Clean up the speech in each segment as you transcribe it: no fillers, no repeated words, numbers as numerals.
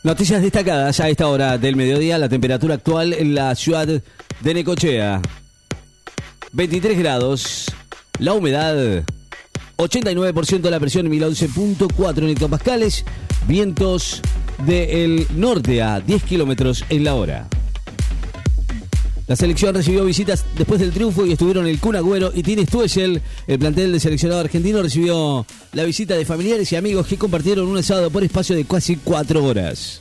Noticias destacadas a esta hora del mediodía. La temperatura actual en la ciudad de Necochea: 23 grados. La humedad, 89%. La presión, 1011.4 hectopascales. Vientos del norte a 10 kilómetros en la hora. La selección recibió visitas después del triunfo y estuvieron el Kun Agüero y Tini Stuessel. El plantel del seleccionado argentino recibió la visita de familiares y amigos que compartieron un asado por espacio de casi 4 horas.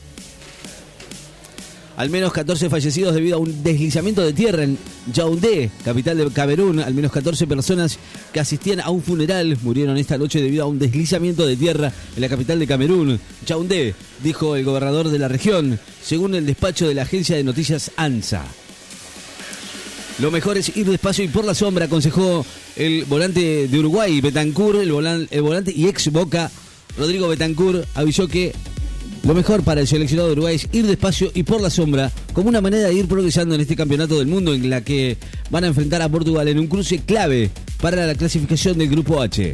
Al menos 14 fallecidos debido a un deslizamiento de tierra en Yaoundé, capital de Camerún. Al menos 14 personas que asistían a un funeral murieron esta noche debido a un deslizamiento de tierra en la capital de Camerún, Yaoundé, dijo el gobernador de la región, según el despacho de la agencia de noticias ANSA. Lo mejor es ir despacio y por la sombra, aconsejó el volante de Uruguay, Bentancur. El volante y ex Boca, Rodrigo Bentancur, avisó que lo mejor para el seleccionado de Uruguay es ir despacio y por la sombra, como una manera de ir progresando en este campeonato del mundo en la que van a enfrentar a Portugal en un cruce clave para la clasificación del Grupo H.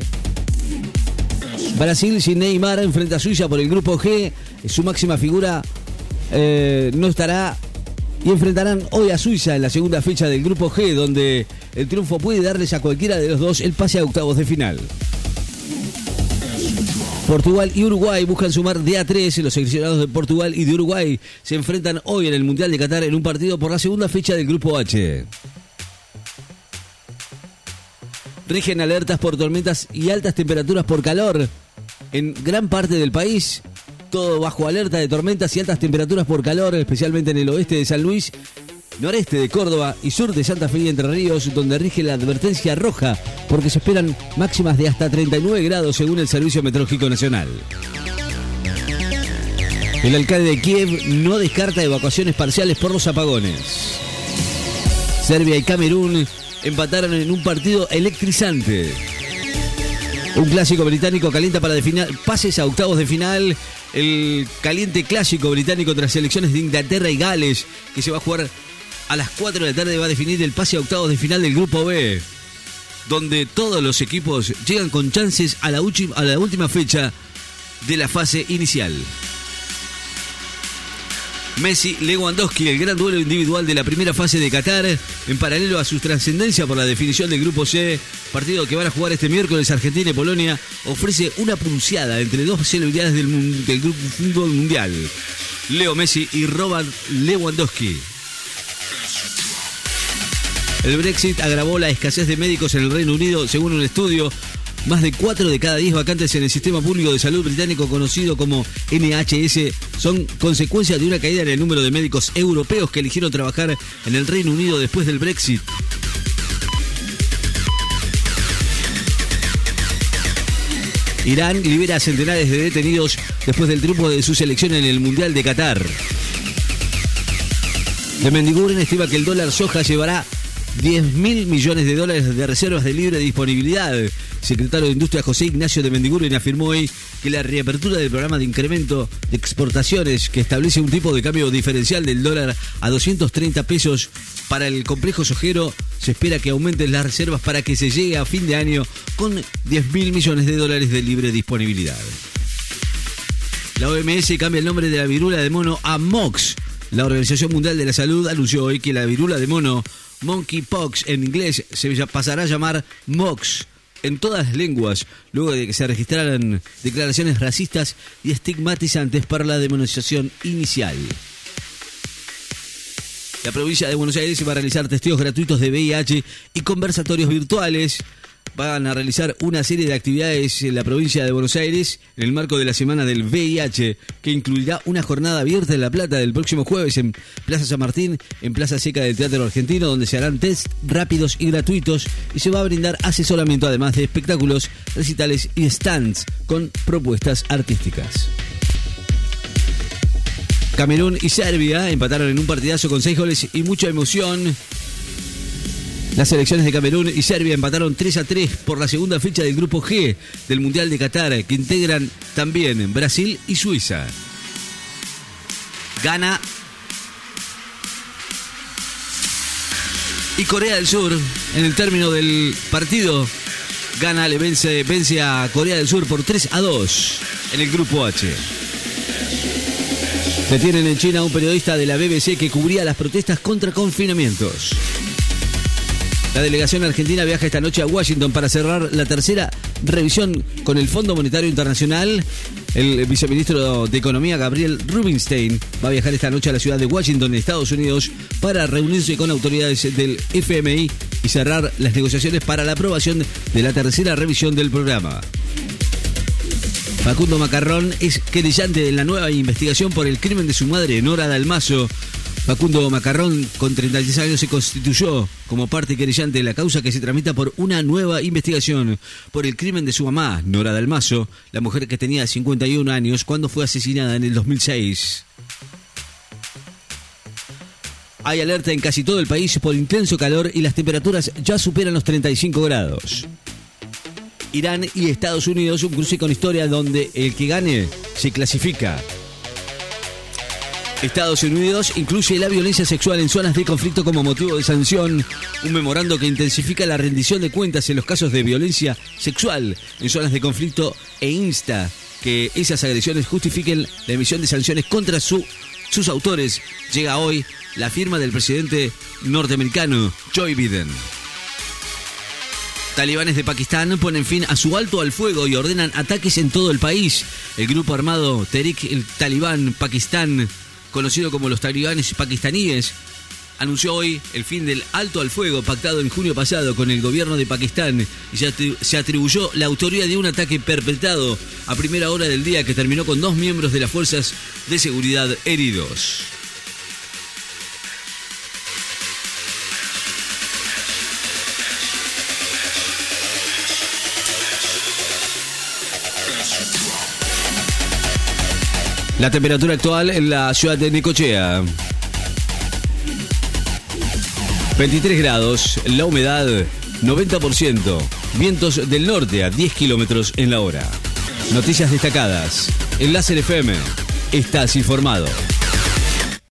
Brasil sin Neymar enfrenta a Suiza por el Grupo G. Su máxima figura no estará y enfrentarán hoy a Suiza en la segunda fecha del Grupo G, donde el triunfo puede darles a cualquiera de los dos el pase a octavos de final. Portugal y Uruguay buscan sumar de a 3. Los seleccionados de Portugal y de Uruguay se enfrentan hoy en el Mundial de Qatar en un partido por la segunda fecha del Grupo H. Rigen alertas por tormentas y altas temperaturas por calor en gran parte del país. Todo bajo alerta de tormentas y altas temperaturas por calor, especialmente en el oeste de San Luis, noreste de Córdoba y sur de Santa Fe y Entre Ríos, donde rige la advertencia roja, porque se esperan máximas de hasta 39 grados según el Servicio Meteorológico Nacional. El alcalde de Kiev no descarta evacuaciones parciales por los apagones. Serbia y Camerún empataron en un partido electrizante. Un clásico británico calienta para definir pases a octavos de final. El caliente clásico británico tras selecciones de Inglaterra y Gales, que se va a jugar a las 4 de la tarde, va a definir el pase a octavos de final del Grupo B, donde todos los equipos llegan con chances a la última fecha de la fase inicial. Messi-Lewandowski, el gran duelo individual de la primera fase de Qatar, en paralelo a su trascendencia por la definición del Grupo C, partido que van a jugar este miércoles Argentina y Polonia, ofrece una pulseada entre dos celebridades del grupo fútbol mundial, Leo Messi y Robert Lewandowski. El Brexit agravó la escasez de médicos en el Reino Unido, según un estudio. Más de 4 de cada 10 vacantes en el sistema público de salud británico, conocido como NHS, son consecuencia de una caída en el número de médicos europeos que eligieron trabajar en el Reino Unido después del Brexit. Irán libera a centenares de detenidos después del triunfo de su selección en el Mundial de Qatar. De Mendiguren estima que el dólar soja llevará $10.000 millones de reservas de libre disponibilidad. El secretario de Industria José Ignacio de Mendiguren afirmó hoy que la reapertura del programa de incremento de exportaciones, que establece un tipo de cambio diferencial del dólar a 230 pesos para el complejo sojero, se espera que aumenten las reservas para que se llegue a fin de año con $10.000 millones de libre disponibilidad. La OMS cambia el nombre de la viruela de mono a MOX. La Organización Mundial de la Salud anunció hoy que la viruela de mono, monkeypox en inglés, se pasará a llamar MOX en todas las lenguas, luego de que se registraran declaraciones racistas y estigmatizantes para la demonización inicial. La provincia de Buenos Aires va a realizar testeos gratuitos de VIH y conversatorios virtuales. Van a realizar una serie de actividades en la provincia de Buenos Aires en el marco de la Semana del VIH, que incluirá una jornada abierta en La Plata del próximo jueves en Plaza San Martín, en Plaza Seca del Teatro Argentino, donde se harán test rápidos y gratuitos y se va a brindar asesoramiento, además de espectáculos, recitales y stands con propuestas artísticas. Camerún y Serbia empataron en un partidazo con 6 goles y mucha emoción. Las selecciones de Camerún y Serbia empataron 3-3 por la segunda fecha del Grupo G del Mundial de Qatar, que integran también Brasil y Suiza. Ghana y Corea del Sur, en el término del partido, Ghana le vence a Corea del Sur por 3-2 en el Grupo H. Detienen en China a un periodista de la BBC que cubría las protestas contra confinamientos. La delegación argentina viaja esta noche a Washington para cerrar la tercera revisión con el Fondo Monetario Internacional. El viceministro de Economía, Gabriel Rubinstein, va a viajar esta noche a la ciudad de Washington, en Estados Unidos, para reunirse con autoridades del FMI y cerrar las negociaciones para la aprobación de la tercera revisión del programa. Facundo Macarrón es querellante en la nueva investigación por el crimen de su madre, Nora Dalmazo. Facundo Macarrón, con 36 años, se constituyó como parte querellante de la causa que se tramita por una nueva investigación por el crimen de su mamá, Nora Dalmazo, la mujer que tenía 51 años cuando fue asesinada en el 2006. Hay alerta en casi todo el país por intenso calor y las temperaturas ya superan los 35 grados. Irán y Estados Unidos, un cruce con historia donde el que gane se clasifica. Estados Unidos incluye la violencia sexual en zonas de conflicto como motivo de sanción, un memorando que intensifica la rendición de cuentas en los casos de violencia sexual en zonas de conflicto e insta que esas agresiones justifiquen la emisión de sanciones contra sus autores. Llega hoy la firma del presidente norteamericano Joe Biden. Talibanes de Pakistán ponen fin a su alto al fuego y ordenan ataques en todo el país. El grupo armado Tehrik el Talibán Pakistán, conocido como los talibanes pakistaníes, anunció hoy el fin del alto al fuego pactado en junio pasado con el gobierno de Pakistán y se atribuyó la autoría de un ataque perpetrado a primera hora del día que terminó con 2 miembros de las fuerzas de seguridad heridos. La temperatura actual en la ciudad de Necochea: 23 grados, la humedad 90%, vientos del norte a 10 kilómetros en la hora. Noticias destacadas en Láser FM. Estás informado.